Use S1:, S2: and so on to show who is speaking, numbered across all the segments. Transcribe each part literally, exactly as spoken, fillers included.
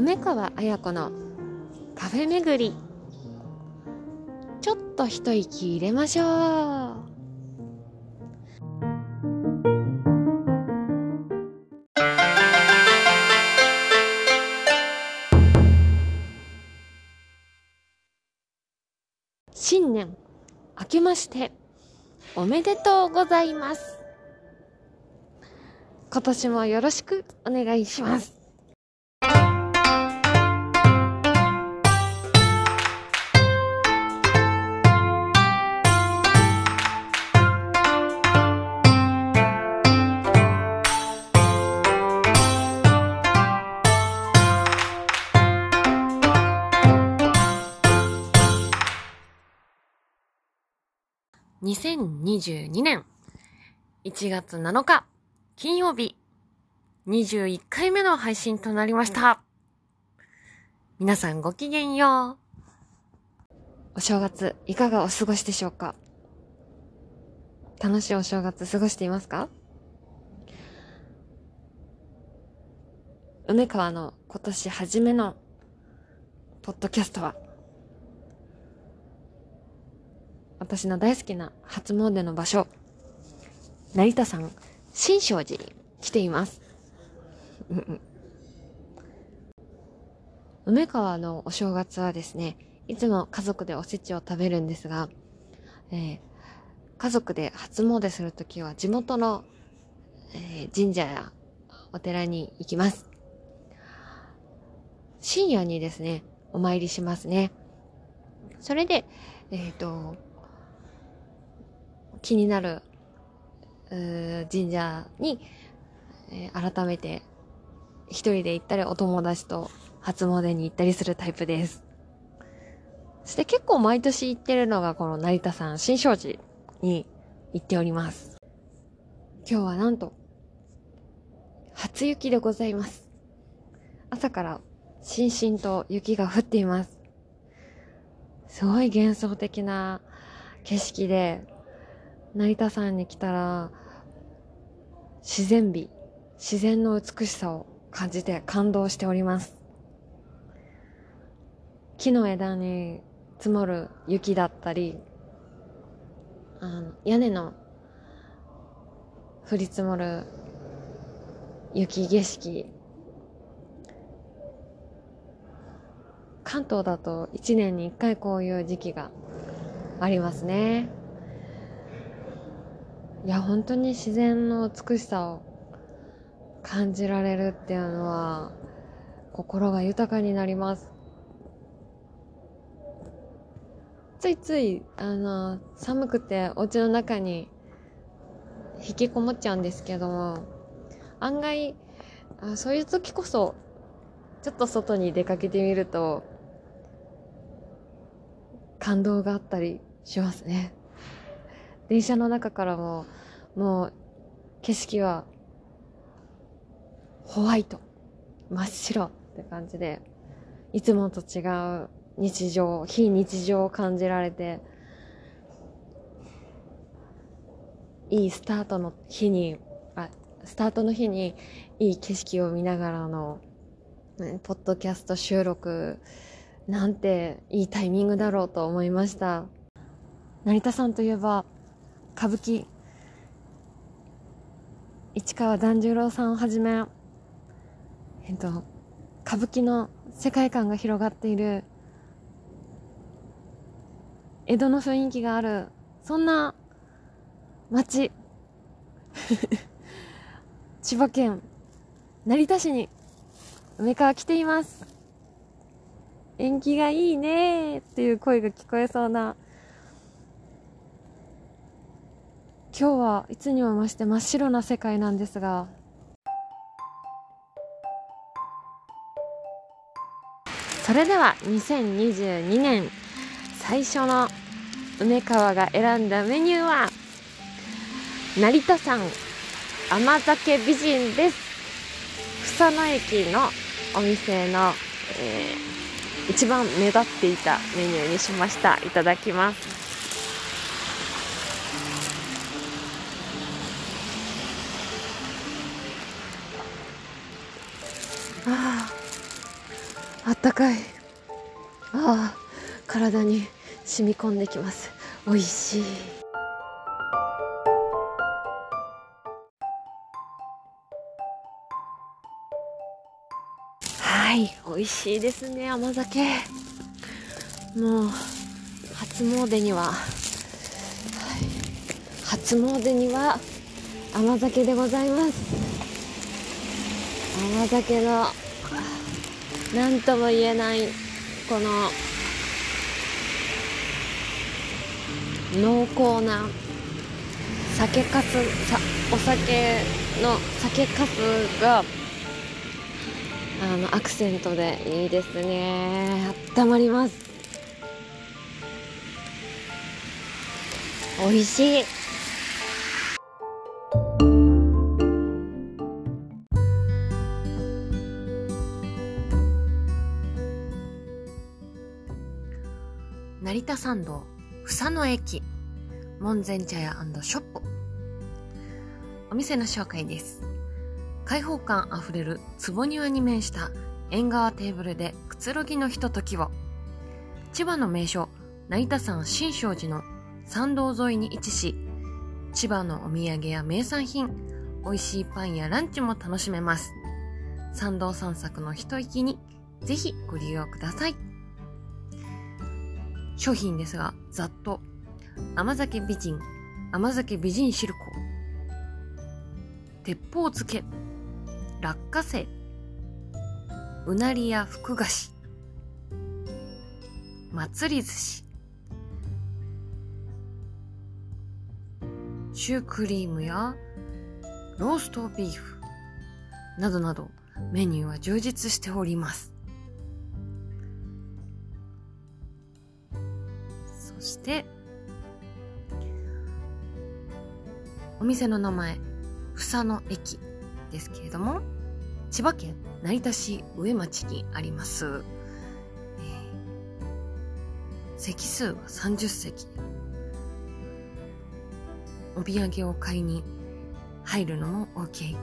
S1: 梅川綾子のカフェ巡り。ちょっと一息入れましょう。新年明けましておめでとうございます。今年もよろしくお願いします。にせんにじゅうにねんいちがつなのか金曜日、にじゅういっかいめの配信となりました。皆さんごきげんよう。お正月いかがお過ごしでしょうか。楽しいお正月過ごしていますか。梅川の今年初めのポッドキャストは、私の大好きな初詣の場所、成田山新勝寺に来ています。梅川のお正月はですね、いつも家族でおせちを食べるんですが、えー、家族で初詣するときは地元の、えー、神社やお寺に行きます。深夜にですね、お参りしますね。それで、えっと、気になる神社に、えー、改めて一人で行ったりお友達と初詣に行ったりするタイプです。そして結構毎年行ってるのがこの成田山新勝寺に行っております。今日はなんと初雪でございます。朝からしんしんと雪が降っています。すごい幻想的な景色で、成田山に来たら自然美、自然の美しさを感じて感動しております。木の枝に積もる雪だったり、あの屋根の降り積もる雪景色、関東だといちねんにいっかいこういう時期がありますね。いや、本当に自然の美しさを感じられるっていうのは心が豊かになります。ついついあの寒くてお家の中に引きこもっちゃうんですけども、案外あそういう時こそちょっと外に出かけてみると感動があったりしますね。電車の中からももう景色はホワイト、真っ白って感じで、いつもと違う日常、非日常を感じられて、いいスタートの日にあスタートの日にいい景色を見ながらの、ね、ポッドキャスト収録なんていいタイミングだろうと思いました。成田さんといえば歌舞伎、市川團十郎さんをはじめ、えっと、歌舞伎の世界観が広がっている、江戸の雰囲気がある、そんな街千葉県成田市に梅川来ています。縁起がいいねーっていう声が聞こえそうな、今日はいつにも増して真っ白な世界なんですが、それではにせんにじゅうにねん最初の梅川が選んだメニューは成田山甘酒美人です。房野駅のお店の、えー、一番目立っていたメニューにしました。いただきます。ああったかい。ああ、体に染み込んできます。美味しい。はい、美味しいですね、甘酒。もう初詣には、はい、初詣には甘酒でございます。甘酒の何とも言えないこの濃厚な酒粕さお酒の酒粕があのアクセントでいいですね。あったまります。美味しい。成田参道房野駅門前茶屋&ショップ。お店の紹介です。開放感あふれる坪庭に面した縁側テーブルでくつろぎのひとときを。千葉の名所成田山新勝寺の参道沿いに位置し、千葉のお土産や名産品、美味しいパンやランチも楽しめます。参道散策の一息にぜひご利用ください。商品ですが、ざっと甘酒美人、甘酒美人汁粉、鉄砲漬け、落花生、うなりやふく菓子、祭り寿司、シュークリームやローストビーフなどなどメニューは充実しております。そしてお店の名前房野駅ですけれども、千葉県成田市上町にあります、えー、席数はさんじゅっせき。お土産を買いに入るのも OK。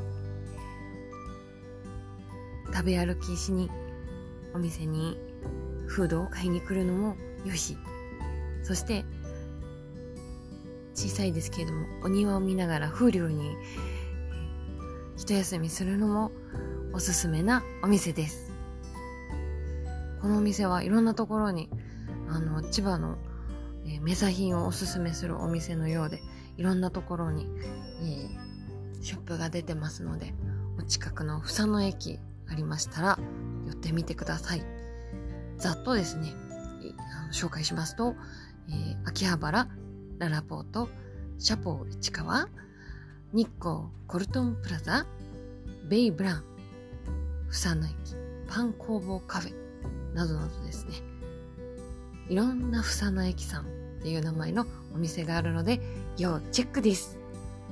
S1: 食べ歩きしにお店にフードを買いに来るのもよし。そして小さいですけれどもお庭を見ながら風流に一休みするのもおすすめなお店です。このお店はいろんなところにあの千葉の、えー、名産品をおすすめするお店のようで、いろんなところに、えー、ショップが出てますので、お近くの房野駅ありましたら寄ってみてください。ざっとですね、あの紹介しますと、えー、秋葉原ララポート、シャポー市川、日光コルトンプラザ、ベイブラン、房野駅、パン工房カフェなどなどですね、いろんな房野駅さんっていう名前のお店があるので要チェックです。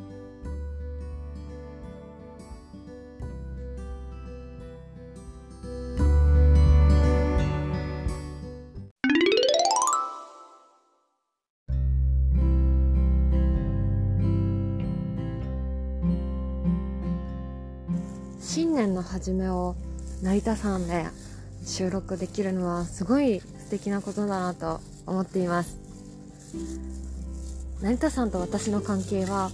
S1: 新年の初めを成田山で収録できるのはすごい素敵なことだなと思っています。成田山と私の関係は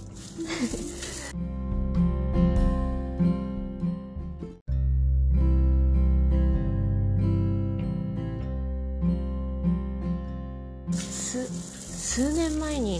S1: 数数年前に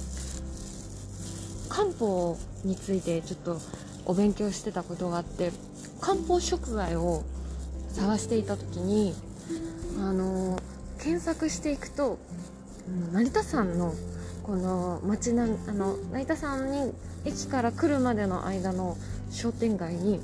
S1: 漢方についてちょっとお勉強してたことがあって、漢方食材を探していた時にあの検索していくと、成田山のこの町なあの成田山に駅から来るまでの間の商店街に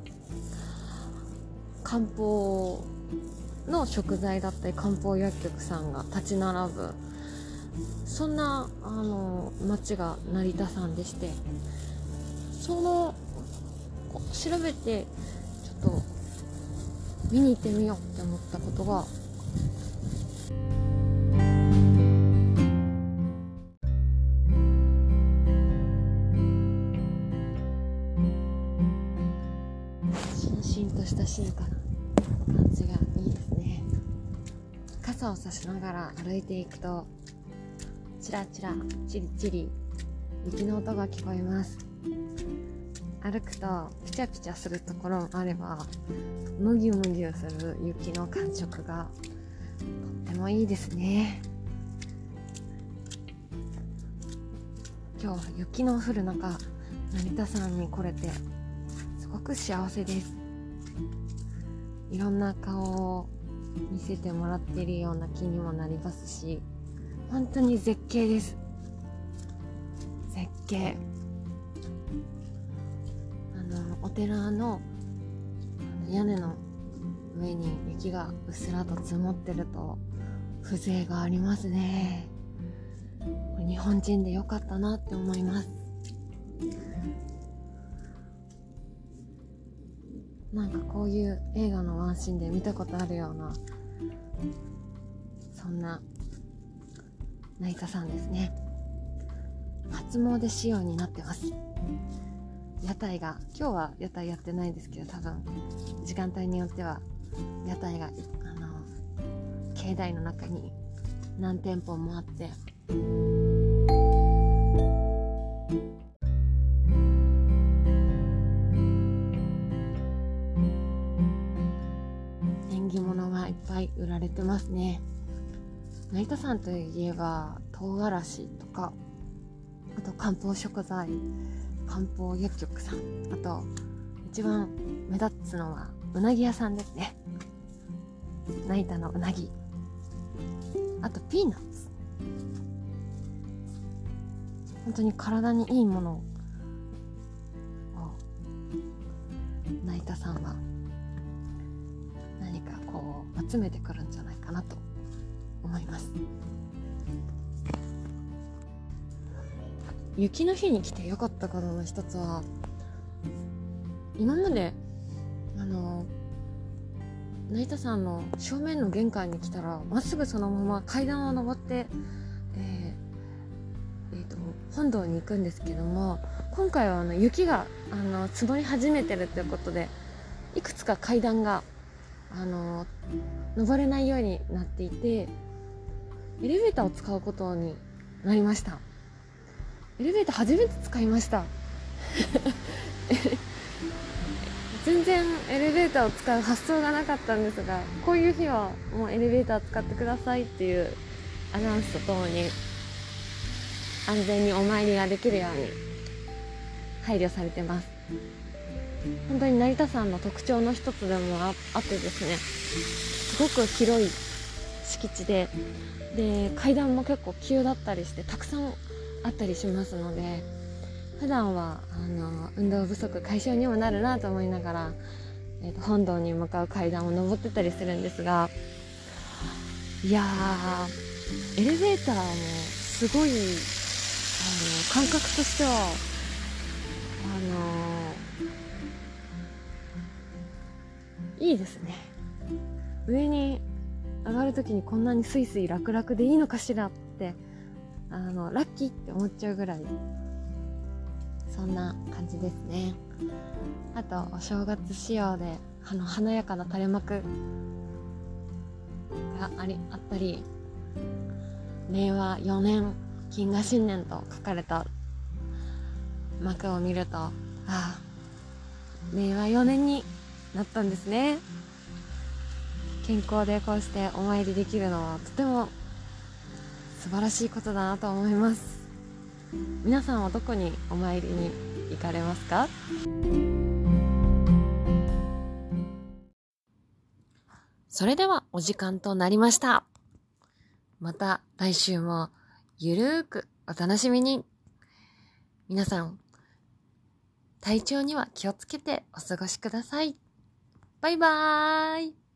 S1: 漢方の食材だったり漢方薬局さんが立ち並ぶ、そんなあの町が成田山でして、その調べてちょっと見に行ってみようって思ったことがしんしんとした静かな感じがいいですね。傘を差しながら歩いていくと、チラチラチリチリ雪の音が聞こえます。歩くとピチャピチャするところもあれば、ムギュムギュする雪の感触がとってもいいですね。今日は雪の降る中、成田山に来れてすごく幸せです。いろんな顔を見せてもらっているような気にもなりますし、本当に絶景です。絶景。あのお寺の屋根の上に雪がうっすらと積もってると風情がありますね。日本人でよかったなって思います。なんかこういう映画のワンシーンで見たことあるような、そんな成田山ですね。初詣仕様になってます。屋台が、今日は屋台やってないですけど、多分時間帯によっては屋台があの境内の中に何店舗もあって、縁起物がいっぱい売られてますね。成田山といえば唐辛子とか、あと漢方食材、漢方薬局さん、あと一番目立つのはうなぎ屋さんですね。成田のうなぎ、あとピーナッツ。本当に体にいいものを成田さんは何かこう集めてくるんじゃないかなと思います。雪の日に来てよかったことの一つは、今まであの成田山の正面の玄関に来たらまっすぐそのまま階段を登って、えーえー、と本堂に行くんですけども、今回はあの雪があの積もり始めてるということで、いくつか階段があの登れないようになっていて、エレベーターを使うことになりました。エレベーター初めて使いました全然エレベーターを使う発想がなかったんですが、こういう日はもうエレベーター使ってくださいっていうアナウンスとともに安全にお参りができるように配慮されてます。本当に成田山の特徴の一つでも あ, あってですね、すごく広い敷地で、で階段も結構急だったりしてたくさんあったりしますので、普段はあの運動不足解消にもなるなと思いながら、えーと、本堂に向かう階段を登ってたりするんですが、いやーエレベーターもすごいあの感覚としてはあのいいですね。上に上がるときにこんなにスイスイ楽々でいいのかしらって、あのラッキーって思っちゃうぐらい、そんな感じですね。あとお正月仕様であの華やかな垂れ幕がありあったり、れいわよねん金河新年と書かれた幕を見ると、ああれいわよねんになったんですね。健康でこうしてお参りできるのはとても素晴らしいことだなと思います。皆さんはどこにお参りに行かれますか？それではお時間となりました。また来週もゆるーくお楽しみに。皆さん体調には気をつけてお過ごしください。バイバーイ。